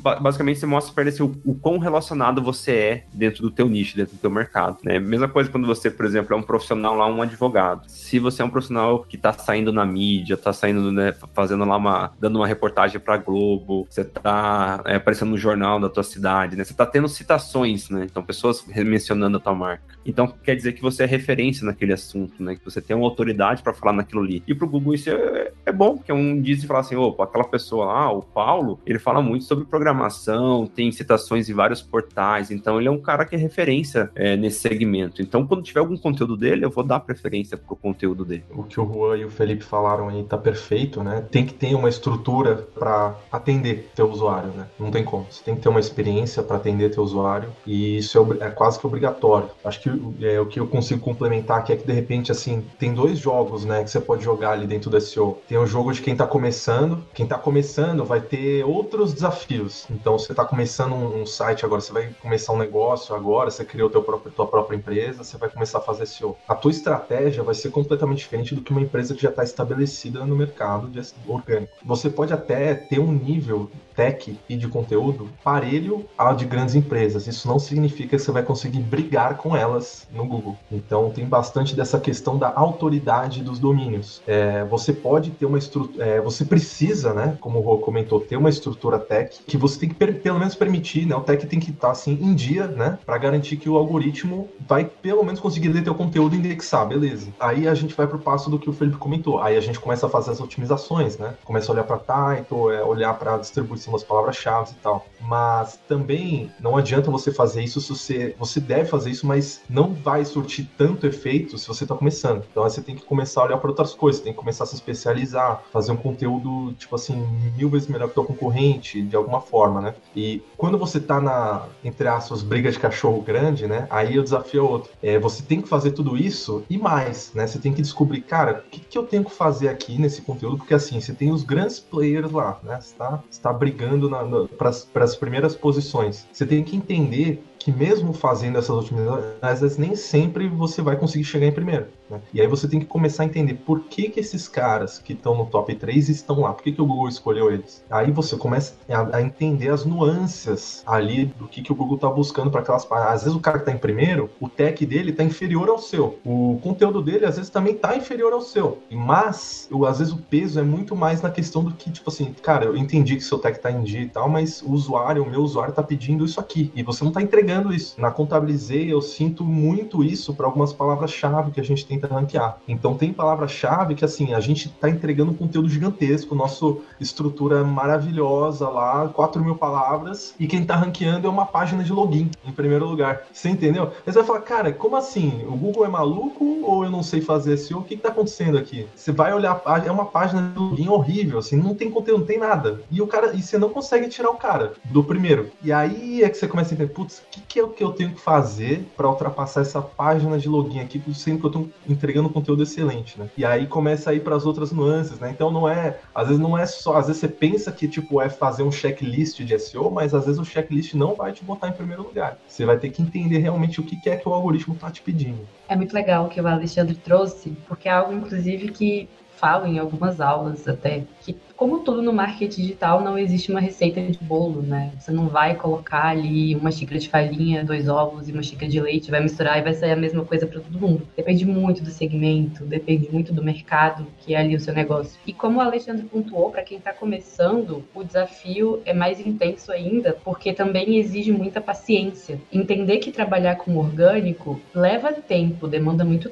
também você mostra para ele assim, o quão relacionado você é dentro do teu nicho, dentro do teu mercado, né? Mesma coisa quando você, por exemplo, é um profissional lá, um advogado. Se você é um profissional que tá saindo na mídia, tá saindo, né, fazendo lá dando uma reportagem pra Globo, você tá aparecendo no jornal da tua cidade, né? Você tá tendo citações, né? Então, pessoas mencionando a tua marca. Então, quer dizer que você é referência naquele assunto, né? Que você tem uma autoridade para falar naquilo ali. E pro Google isso é bom, porque um dia você fala assim, opa, aquela pessoa lá, o Paulo, ele fala muito sobre programação, tem citações em vários portais, então ele é um cara que é referência nesse segmento. Então, quando tiver algum conteúdo dele, eu vou dar preferência pro conteúdo dele. O que o Juan e o Felipe falaram aí tá perfeito, né? Tem que ter uma estrutura para atender teu usuário, né? Não tem como. Você tem que ter uma experiência para atender teu usuário e isso é quase que obrigatório. Acho que o que eu consigo complementar aqui é que, de repente, assim, tem 2 jogos, né, que você pode jogar ali dentro do SEO. Tem o jogo de quem tá começando. Quem tá começando vai ter outros desafios. Então, você tá começando um site agora, você vai começar um negócio agora, você criou tua própria empresa, você vai começar a fazer SEO. A tua estratégia vai ser completamente diferente do que uma empresa que já está estabelecida no mercado de orgânico. Você pode até ter um nível tech e de conteúdo parelho ao de grandes empresas. Isso não significa que você vai conseguir brigar com elas no Google. Então tem bastante dessa questão da autoridade dos domínios. Você pode ter uma estrutura, você precisa, né, como o Rô comentou, ter uma estrutura tech que você tem que pelo menos permitir, né, o tech tem que estar assim em dia, né, para garantir que o algoritmo vai pelo menos conseguir ler teu conteúdo e indexar, beleza. Aí a gente vai pro passo do que o Felipe comentou. Aí a gente começa a fazer as otimizações, né? Começa a olhar para title, olhar para a distribuição das palavras-chave e tal. Mas também não adianta você fazer isso se você deve fazer isso, mas não vai surtir tanto efeito se você está começando. Então aí você tem que começar a olhar para outras coisas, tem que começar a se especializar, fazer um conteúdo, tipo assim, 1000 vezes melhor que o teu concorrente, de alguma forma, né? E quando você tá entre aspas, briga de cachorro grande, né? Aí o desafio é outro. Você tem que fazer tudo isso e mais, né? Você tem que descobrir, cara, o que eu tenho que fazer aqui nesse conteúdo, porque assim, você tem os grandes players lá, né? Você tá brigando para as primeiras posições. Você tem que entender que mesmo fazendo essas otimizações, às vezes nem sempre você vai conseguir chegar em primeiro, né? E aí você tem que começar a entender por que esses caras que estão no top 3 estão lá, por que o Google escolheu eles. Aí você começa a entender as nuances ali do que o Google está buscando para aquelas páginas. Às vezes o cara que está em primeiro, o tech dele está inferior ao seu, o conteúdo dele às vezes também está inferior ao seu, mas às vezes o peso é muito mais na questão do que, tipo assim, cara, eu entendi que seu tech está em dia e tal, mas o meu usuário está pedindo isso aqui, e você não está entregando isso. Na Contabilizei, eu sinto muito isso para algumas palavras-chave que a gente tenta ranquear. Então tem palavra-chave que, assim, a gente tá entregando um conteúdo gigantesco, nossa estrutura maravilhosa lá, 4.000 palavras, e quem tá ranqueando é uma página de login, em primeiro lugar. Você entendeu? Aí você vai falar, cara, como assim? O Google é maluco ou eu não sei fazer SEO? O que tá acontecendo aqui? Você vai olhar, é uma página de login horrível, assim, não tem conteúdo, não tem nada. E você não consegue tirar o cara do primeiro. E aí é que você começa a entender, putz, o que é o que eu tenho que fazer para ultrapassar essa página de login aqui, sendo que eu estou entregando conteúdo excelente, né? E aí começa a ir para as outras nuances, né? Então às vezes não é só, às vezes você pensa que tipo é fazer um checklist de SEO, mas às vezes o checklist não vai te botar em primeiro lugar. Você vai ter que entender realmente o que é que o algoritmo está te pedindo. É muito legal o que o Alexandre trouxe, porque é algo inclusive que falo em algumas aulas até, que como tudo no marketing digital, não existe uma receita de bolo, né? Você não vai colocar ali uma xícara de farinha, 2 ovos e uma xícara de leite, vai misturar e vai sair a mesma coisa para todo mundo. Depende muito do segmento, depende muito do mercado, que é ali o seu negócio. E como o Alexandre pontuou, para quem está começando, o desafio é mais intenso ainda, porque também exige muita paciência. Entender que trabalhar com orgânico leva tempo, demanda muito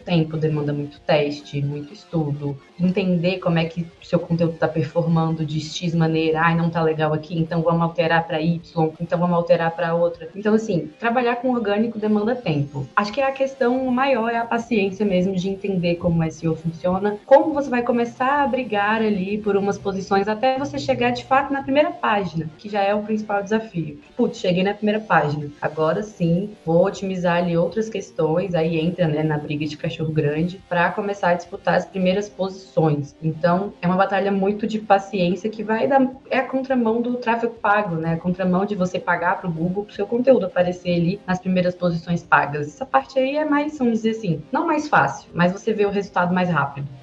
teste, muito estudo, entender como é que seu conteúdo está performando de X maneira, não tá legal aqui, então vamos alterar para Y, então vamos alterar para outra. Então, assim, trabalhar com orgânico demanda tempo. Acho que a questão maior é a paciência mesmo de entender como o SEO funciona, como você vai começar a brigar ali por umas posições até você chegar de fato na primeira página, que já é o principal desafio. Putz, cheguei na primeira página. Agora sim, vou otimizar ali outras questões, aí entra, né, na briga de cachorro grande, para começar a disputar as primeiras posições. Então, é uma batalha muito de paciência que é a contramão do tráfego pago, né? A contramão de você pagar para o Google para o seu conteúdo aparecer ali nas primeiras posições pagas. Essa parte aí é mais, vamos dizer assim, não mais fácil, mas você vê o resultado mais rápido.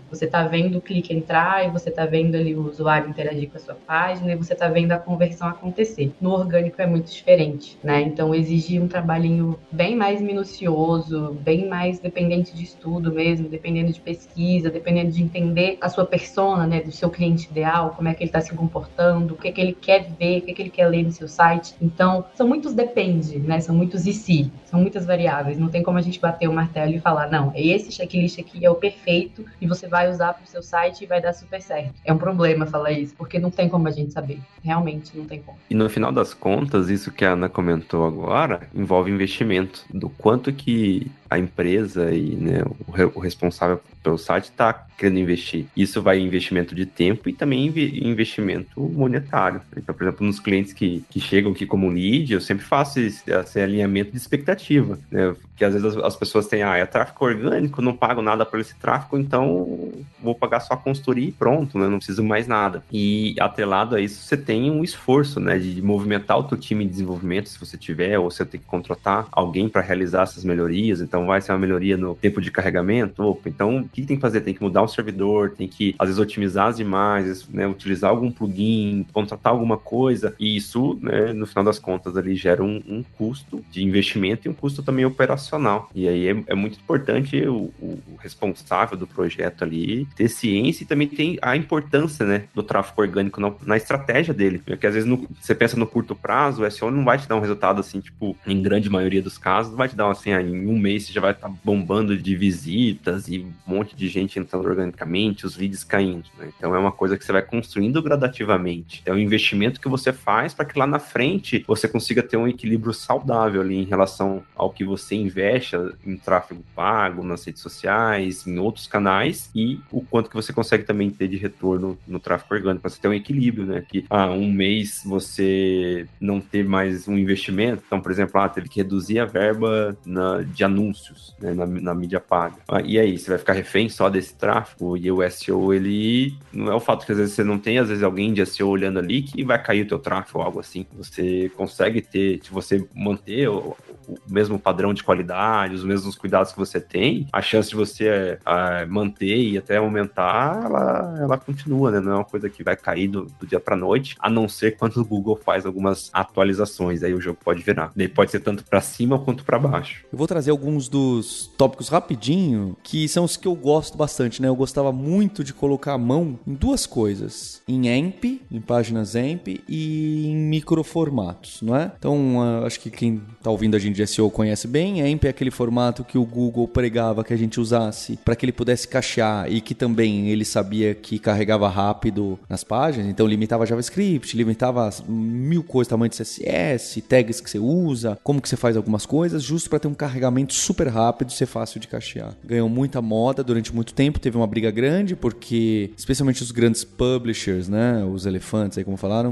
Você está vendo o clique entrar e você está vendo ali o usuário interagir com a sua página e você está vendo a conversão acontecer. No orgânico é muito diferente, né? Então exige um trabalhinho bem mais minucioso, bem mais dependente de estudo mesmo, dependendo de pesquisa, dependendo de entender a sua persona, né? Do seu cliente ideal, como é que ele está se comportando, o que é que ele quer ver, o que é que ele quer ler no seu site. Então, são muitos depende, né? São muitos e se, são muitas variáveis. Não tem como a gente bater o martelo e falar, não, esse checklist aqui é o perfeito e você vai usar para o seu site e vai dar super certo. É um problema falar isso, porque não tem como a gente saber. Realmente não tem como. E no final das contas, isso que a Ana comentou agora, envolve investimento. Do quanto que a empresa e, né, o responsável pelo site está querendo investir. Isso vai em investimento de tempo e também em investimento monetário. Então, por exemplo, nos clientes que chegam aqui como lead, eu sempre faço esse alinhamento de expectativa, né? Que às vezes as pessoas têm, é tráfego orgânico, não pago nada por esse tráfego, então vou pagar só a consultoria e pronto, né? Não preciso mais nada. E atrelado a isso, você tem um esforço, né, de movimentar o teu time de desenvolvimento, se você tiver, ou você tem que contratar alguém para realizar essas melhorias. Então vai ser uma melhoria no tempo de carregamento. Então, o que tem que fazer? Tem que mudar o servidor, tem que, às vezes, otimizar as imagens, né, utilizar algum plugin, contratar alguma coisa, e isso, né, no final das contas, ali gera um custo de investimento e um custo também operacional. E aí é muito importante o responsável do projeto ali ter ciência e também tem a importância, né, do tráfego orgânico na estratégia dele. Porque às vezes você pensa no curto prazo, o SEO não vai te dar um resultado assim, tipo, em grande maioria dos casos, não vai te dar assim, em um mês você já vai estar bombando de visitas e um monte de gente entrando organicamente, os leads caindo, né? Então é uma coisa que você vai construindo gradativamente. É um investimento que você faz para que lá na frente você consiga ter um equilíbrio saudável ali em relação ao que você investe em tráfego pago, nas redes sociais, em outros canais, e o quanto que você consegue também ter de retorno no tráfego orgânico, para você ter um equilíbrio, né? Que um mês você não ter mais um investimento, então, por exemplo, teve que reduzir a verba de anúncios, né, na mídia paga. E aí, você vai ficar refém só desse tráfego, e o SEO, ele não é o fato que às vezes você não tem, às vezes, alguém de SEO olhando ali que vai cair o teu tráfego ou algo assim. Você consegue ter, se você manter o mesmo padrão de qualidade, os mesmos cuidados que você tem, a chance de você manter e até aumentar, ela continua, né? Não é uma coisa que vai cair do dia pra noite, a não ser quando o Google faz algumas atualizações, aí o jogo pode virar. Daí pode ser tanto pra cima quanto pra baixo. Eu vou trazer alguns dos tópicos rapidinho, que são os que eu gosto bastante, né? Eu gostava muito de colocar a mão em duas coisas, em AMP, em páginas AMP e em microformatos, não é? Então, acho que quem tá ouvindo a gente de SEO conhece bem. AMP é aquele formato que o Google pregava que a gente usasse para que ele pudesse cachear e que também ele sabia que carregava rápido nas páginas, então limitava JavaScript, limitava 1000 coisas, tamanho de CSS, tags que você usa, como que você faz algumas coisas, justo para ter um carregamento super rápido e ser fácil de cachear. Ganhou muita moda durante muito tempo, teve uma briga grande, porque especialmente os grandes publishers, né, os elefantes aí como falaram,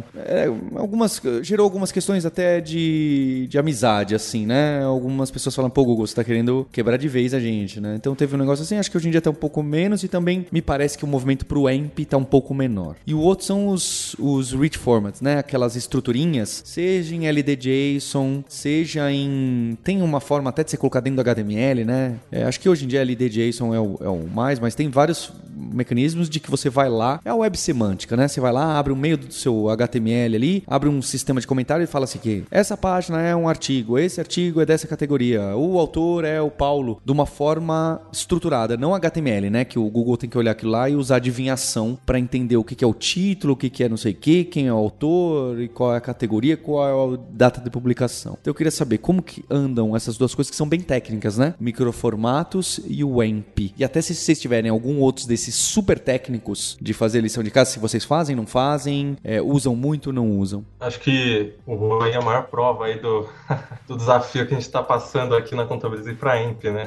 gerou algumas questões até de amizade, assim, né? Algumas pessoas falam, pô, Google, você tá querendo quebrar de vez a gente, né? Então teve um negócio assim, acho que hoje em dia tá um pouco menos e também me parece que o movimento pro AMP tá um pouco menor. E o outro são os rich formats, né? Aquelas estruturinhas, seja em LDJSON, seja em... Tem uma forma até de você colocar dentro do HTML, né? Acho que hoje em dia LDJSON é o mais, mas tem vários mecanismos de que você vai lá, é a web semântica, né? Você vai lá, abre o meio do seu HTML ali, abre um sistema de comentário e fala assim que essa página é um artigo, esse artigo é dessa categoria, o autor é o Paulo, de uma forma estruturada, não HTML, né? Que o Google tem que olhar aquilo lá e usar adivinhação para entender o que é o título, o que é não sei o que, quem é o autor e qual é a categoria, qual é a data de publicação. Então eu queria saber como que andam essas duas coisas que são bem técnicas, né? Microformatos e o AMP. E até se vocês tiverem algum outros desses super técnicos de fazer lição de casa, se vocês fazem, não fazem, usam muito, não usam. Acho que o Juan é a maior prova aí do desafio que a gente está passando aqui na Contabilize para AMP, né?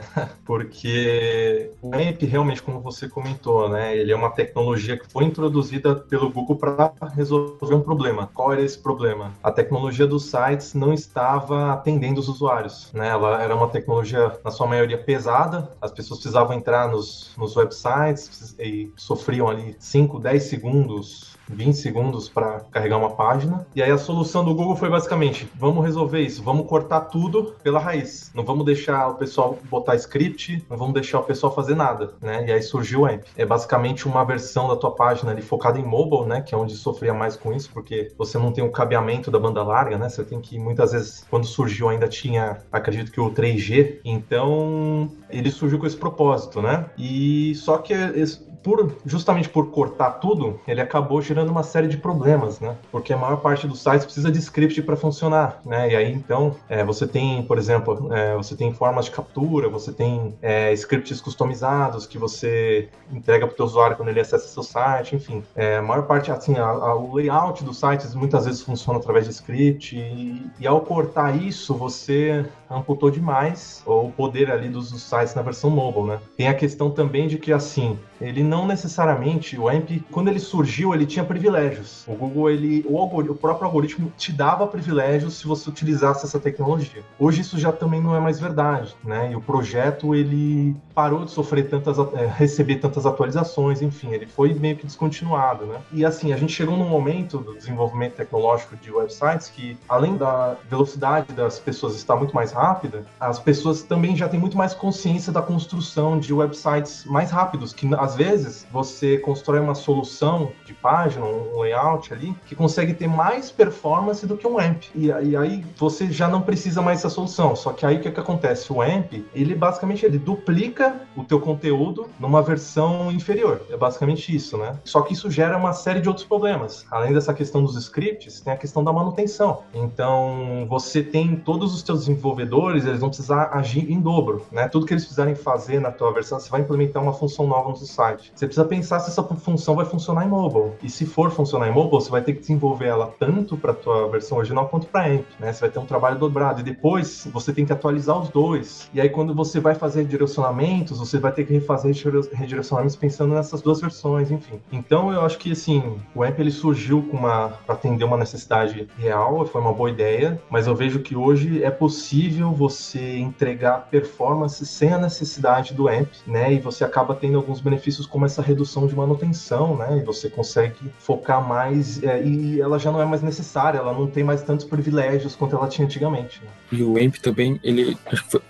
Porque o AMP realmente, como você comentou, né? Ele é uma tecnologia que foi introduzida pelo Google para resolver um problema. Qual era esse problema? A tecnologia dos sites não estava atendendo os usuários, né? Ela era uma tecnologia, na sua maioria, pesada. As pessoas precisavam entrar nos websites e sofriam ali 5, 10 segundos 20 segundos para carregar uma página. E aí a solução do Google foi basicamente, vamos resolver isso, vamos cortar tudo pela raiz. Não vamos deixar o pessoal botar script, não vamos deixar o pessoal fazer nada, né? E aí surgiu o AMP. É basicamente uma versão da tua página ali focada em mobile, né? Que é onde sofria mais com isso, porque você não tem o cabeamento da banda larga, né? Você tem que, muitas vezes, quando surgiu ainda tinha, acredito que o 3G, então ele surgiu com esse propósito, né? E só que justamente por cortar tudo, ele acabou gerando uma série de problemas, né? Porque a maior parte dos sites precisa de script para funcionar, né? E aí, então, você tem, por exemplo, você tem formas de captura, você tem scripts customizados que você entrega para o teu usuário quando ele acessa seu site, enfim. A maior parte, assim, o layout dos sites muitas vezes funciona através de script e ao cortar isso, você amputou demais o poder ali dos sites na versão mobile, né? Tem a questão também de que, assim, ele não necessariamente, o AMP, quando ele surgiu, ele tinha privilégios. O Google, o próprio algoritmo te dava privilégios se você utilizasse essa tecnologia. Hoje isso já também não é mais verdade, né? E o projeto, ele parou de sofrer receber tantas atualizações, enfim, ele foi meio que descontinuado, né? E assim, a gente chegou num momento do desenvolvimento tecnológico de websites que, além da velocidade das pessoas estar muito mais rápida, as pessoas também já têm muito mais consciência da construção de websites mais rápidos, que às vezes você constrói uma solução de página, um layout ali, que consegue ter mais performance do que um AMP. E aí você já não precisa mais dessa solução. Só que aí o que acontece? O AMP, ele basicamente duplica o teu conteúdo numa versão inferior. É basicamente isso, né? Só que isso gera uma série de outros problemas. Além dessa questão dos scripts, tem a questão da manutenção. Então, você tem todos os teus desenvolvedores, eles vão precisar agir em dobro, né? Tudo que eles precisarem fazer na tua versão, você vai implementar uma função nova no seu site. Você precisa pensar se essa função vai funcionar em mobile. E se for funcionar em mobile, você vai ter que desenvolver ela tanto para a tua versão original quanto para AMP, né? Você vai ter um trabalho dobrado. E depois, você tem que atualizar os dois. E aí, quando você vai fazer redirecionamentos, você vai ter que refazer redirecionamentos pensando nessas duas versões, enfim. Então, eu acho que, assim, o AMP, ele surgiu para atender uma necessidade real, foi uma boa ideia, mas eu vejo que hoje é possível você entregar performance sem a necessidade do AMP, né? E você acaba tendo alguns benefícios como essa redução de manutenção, né? E você consegue focar mais e ela já não é mais necessária, ela não tem mais tantos privilégios quanto ela tinha antigamente, né? E o AMP também, ele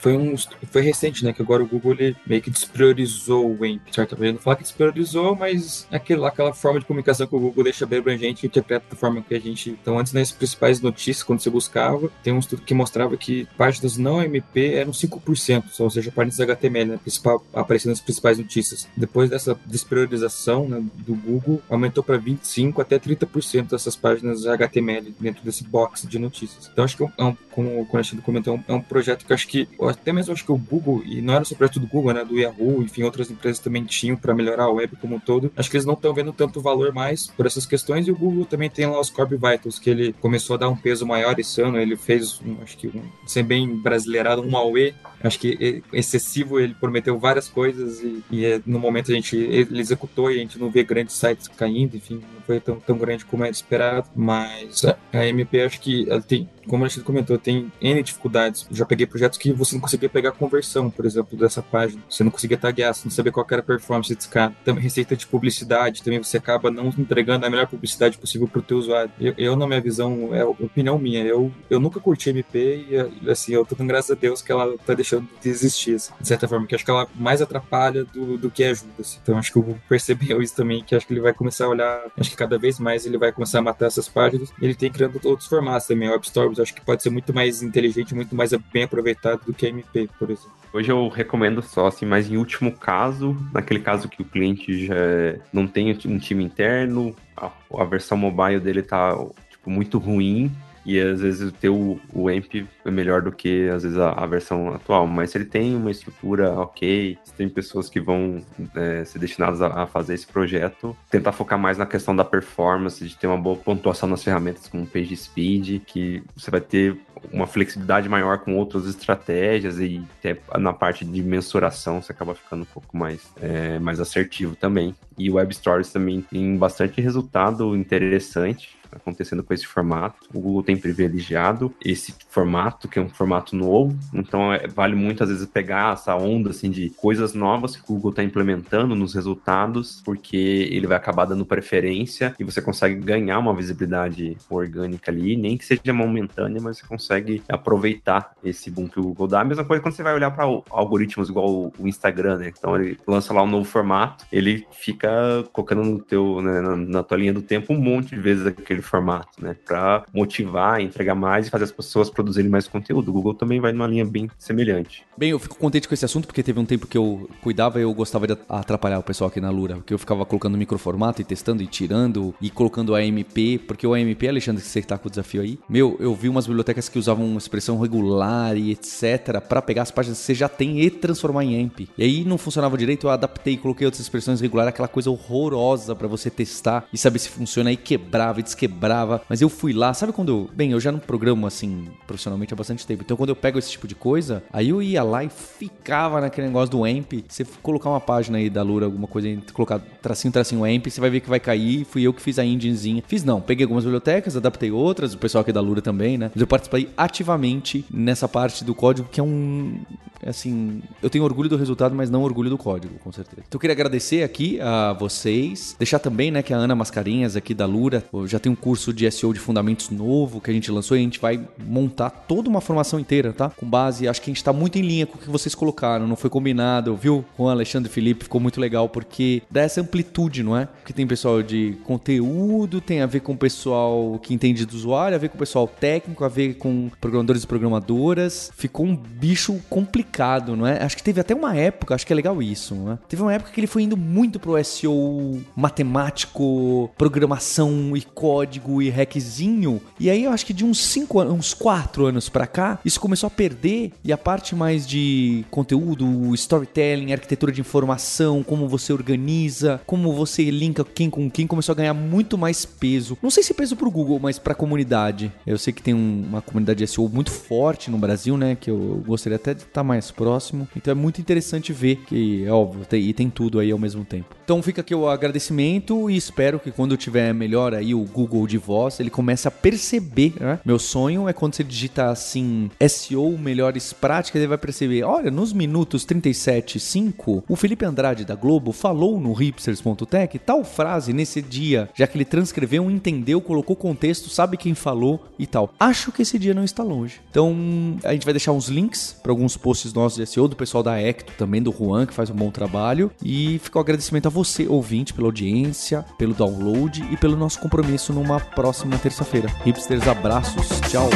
foi recente, né? Que agora o Google ele meio que despriorizou o AMP, certo? Eu não falar que despriorizou, mas aquela forma de comunicação que o Google deixa bem abrangente e interpreta da forma que a gente... Então, antes nas principais notícias, quando você buscava, tem um estudo que mostrava que páginas não MP eram 5%, ou seja, páginas HTML, né? Aparecendo nas principais notícias. Depois dessa despriorização, né, do Google, aumentou para 25% até 30% dessas páginas HTML dentro desse box de notícias. Então, acho que como o Alexandre comentou, é um projeto que eu acho que, até mesmo acho que o Google, e não era só o projeto do Google, né, do Yahoo, enfim, outras empresas também tinham para melhorar a web como um todo. Acho que eles não estão vendo tanto valor mais por essas questões, e o Google também tem lá os Core Vitals, que ele começou a dar um peso maior esse ano, ele fez, acho que, sem bem brasileirado, um AUE, acho que excessivo, ele prometeu várias coisas e no momento ele executou e a gente não vê grandes sites caindo, enfim, não foi tão grande como era esperado, mas a MP acho que ela tem, como a gente comentou, tem N dificuldades. Já peguei projetos que você não conseguia pegar conversão, por exemplo, dessa página, você não conseguia taguear, você não sabia qual era a performance desse cara. Também receita de publicidade, também você acaba não entregando a melhor publicidade possível para o teu usuário. Eu, na minha visão, é opinião minha, eu nunca curti MP e assim, eu tô dando graças a Deus que ela tá deixando de existir, assim, de certa forma, que acho que ela mais atrapalha do que ajuda, assim. Então acho que o Google percebeu isso também, que acho que ele vai começar a olhar, acho que cada vez mais ele vai começar a matar essas páginas, e ele tem criando outros formatos também, o Web Stories, acho que pode ser muito mais inteligente, muito mais bem aproveitado do que a MP, por exemplo. Hoje eu recomendo só, assim, mas em último caso, naquele caso que o cliente já não tem um time interno, a versão mobile dele tá, tipo, muito ruim, e às vezes ter o AMP é melhor do que às vezes a versão atual, mas se ele tem uma estrutura ok, se tem pessoas que vão ser destinadas a fazer esse projeto, tentar focar mais na questão da performance, de ter uma boa pontuação nas ferramentas como PageSpeed, que você vai ter uma flexibilidade maior com outras estratégias e até na parte de mensuração você acaba ficando um pouco mais assertivo também. E o Web Stories também tem bastante resultado interessante. acontecendo com esse formato. O Google tem privilegiado esse formato, que é um formato novo, então vale muito às vezes pegar essa onda assim, de coisas novas que o Google está implementando nos resultados, porque ele vai acabar dando preferência e você consegue ganhar uma visibilidade orgânica ali, nem que seja momentânea, mas você consegue aproveitar esse boom que o Google dá. A mesma coisa quando você vai olhar para algoritmos igual o Instagram, né? Então ele lança lá um novo formato, ele fica colocando no teu, né, na tua linha do tempo um monte de vezes aquele formato, né? Para motivar, entregar mais e fazer as pessoas produzirem mais conteúdo. O Google também vai numa linha bem semelhante. Bem, eu fico contente com esse assunto, porque teve um tempo que eu cuidava e eu gostava de atrapalhar o pessoal aqui na Lura, porque eu ficava colocando microformato e testando e tirando e colocando AMP, porque o AMP, Alexandre, que você tá com o desafio aí, eu vi umas bibliotecas que usavam uma expressão regular e etc, para pegar as páginas que você já tem e transformar em AMP. E aí não funcionava direito, eu adaptei e coloquei outras expressões regulares, aquela coisa horrorosa para você testar e saber se funciona, aí quebrava e desquebrava, mas eu fui lá, sabe quando eu já não programo assim profissionalmente há bastante tempo, então quando eu pego esse tipo de coisa, aí eu ia lá e ficava naquele negócio do AMP. Você colocar uma página aí da Lura, alguma coisa aí, colocar tracinho AMP, você vai ver que vai cair. Fui eu que fiz a enginezinha. Fiz não, peguei algumas bibliotecas, adaptei outras, o pessoal aqui da Lura também, né? Mas eu participei ativamente nessa parte do código, que é assim, eu tenho orgulho do resultado, mas não orgulho do código, com certeza. Então eu queria agradecer aqui a vocês, deixar também, né, que a Ana Mascarenhas aqui da Lura já tem um curso de SEO de fundamentos novo que a gente lançou e a gente vai montar toda uma formação inteira, tá? Com base, acho que a gente tá muito em linha com o que vocês colocaram, não foi combinado, viu? Com o Alexandre e Felipe, ficou muito legal, porque dá essa amplitude, não é? Porque tem pessoal de conteúdo, tem a ver com o pessoal que entende do usuário, a ver com o pessoal técnico, a ver com programadores e programadoras. Ficou um bicho complicado, não é? Acho que teve até uma época, acho que é legal isso, não é? Teve uma época que ele foi indo muito pro SEO matemático, programação e código e hackzinho, e aí eu acho que de uns 4 anos pra cá, isso começou a perder, e a parte mais de conteúdo, storytelling, arquitetura de informação, como você organiza, como você linka quem com quem, começou a ganhar muito mais peso. Não sei se peso pro Google, mas pra comunidade. Eu sei que tem uma comunidade de SEO muito forte no Brasil, né, que eu gostaria até de estar mais próximo. Então é muito interessante ver que, é óbvio, tem tudo aí ao mesmo tempo. Então fica aqui o agradecimento e espero que quando tiver melhor aí o Google de voz, ele comece a perceber, né? Meu sonho é quando você digita assim, SEO melhores práticas, ele vai perceber, olha, nos minutos 37:05, o Felipe Andrade da Globo falou no hipsters.tech tal frase nesse dia, já que ele transcreveu, entendeu, colocou contexto, sabe quem falou e tal. Acho que esse dia não está longe. Então, a gente vai deixar uns links para alguns posts nossos de SEO, do pessoal da Ecto, também do Juan, que faz um bom trabalho. E fica o agradecimento a você, ouvinte, pela audiência, pelo download e pelo nosso compromisso numa próxima terça-feira. Hipsters, abraços, tchau!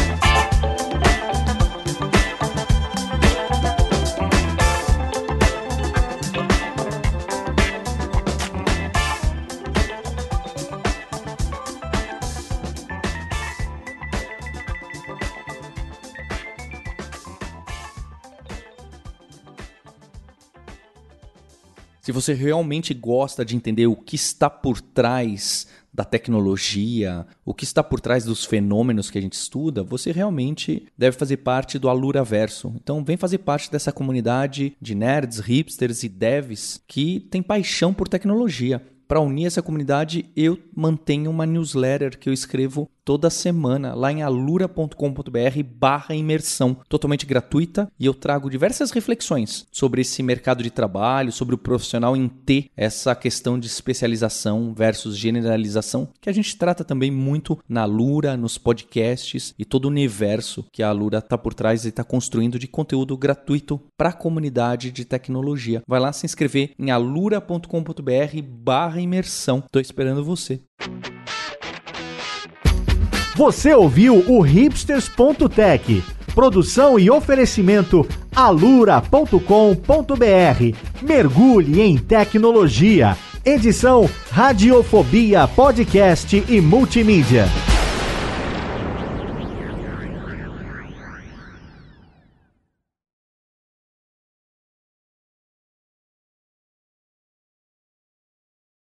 Se você realmente gosta de entender o que está por trás da tecnologia, o que está por trás dos fenômenos que a gente estuda, você realmente deve fazer parte do Aluraverso. Então vem fazer parte dessa comunidade de nerds, hipsters e devs que tem paixão por tecnologia. Para unir essa comunidade, eu mantenho uma newsletter que eu escrevo toda semana lá em alura.com.br/imersão, totalmente gratuita, e eu trago diversas reflexões sobre esse mercado de trabalho, sobre o profissional em ter essa questão de especialização versus generalização, que a gente trata também muito na Alura, nos podcasts e todo o universo que a Alura está por trás e está construindo de conteúdo gratuito para a comunidade de tecnologia. Vai lá se inscrever em alura.com.br/imersão. Estou esperando você. Você ouviu o hipsters.tech. Produção e oferecimento alura.com.br. Mergulhe em tecnologia. Edição Radiofobia Podcast e Multimídia.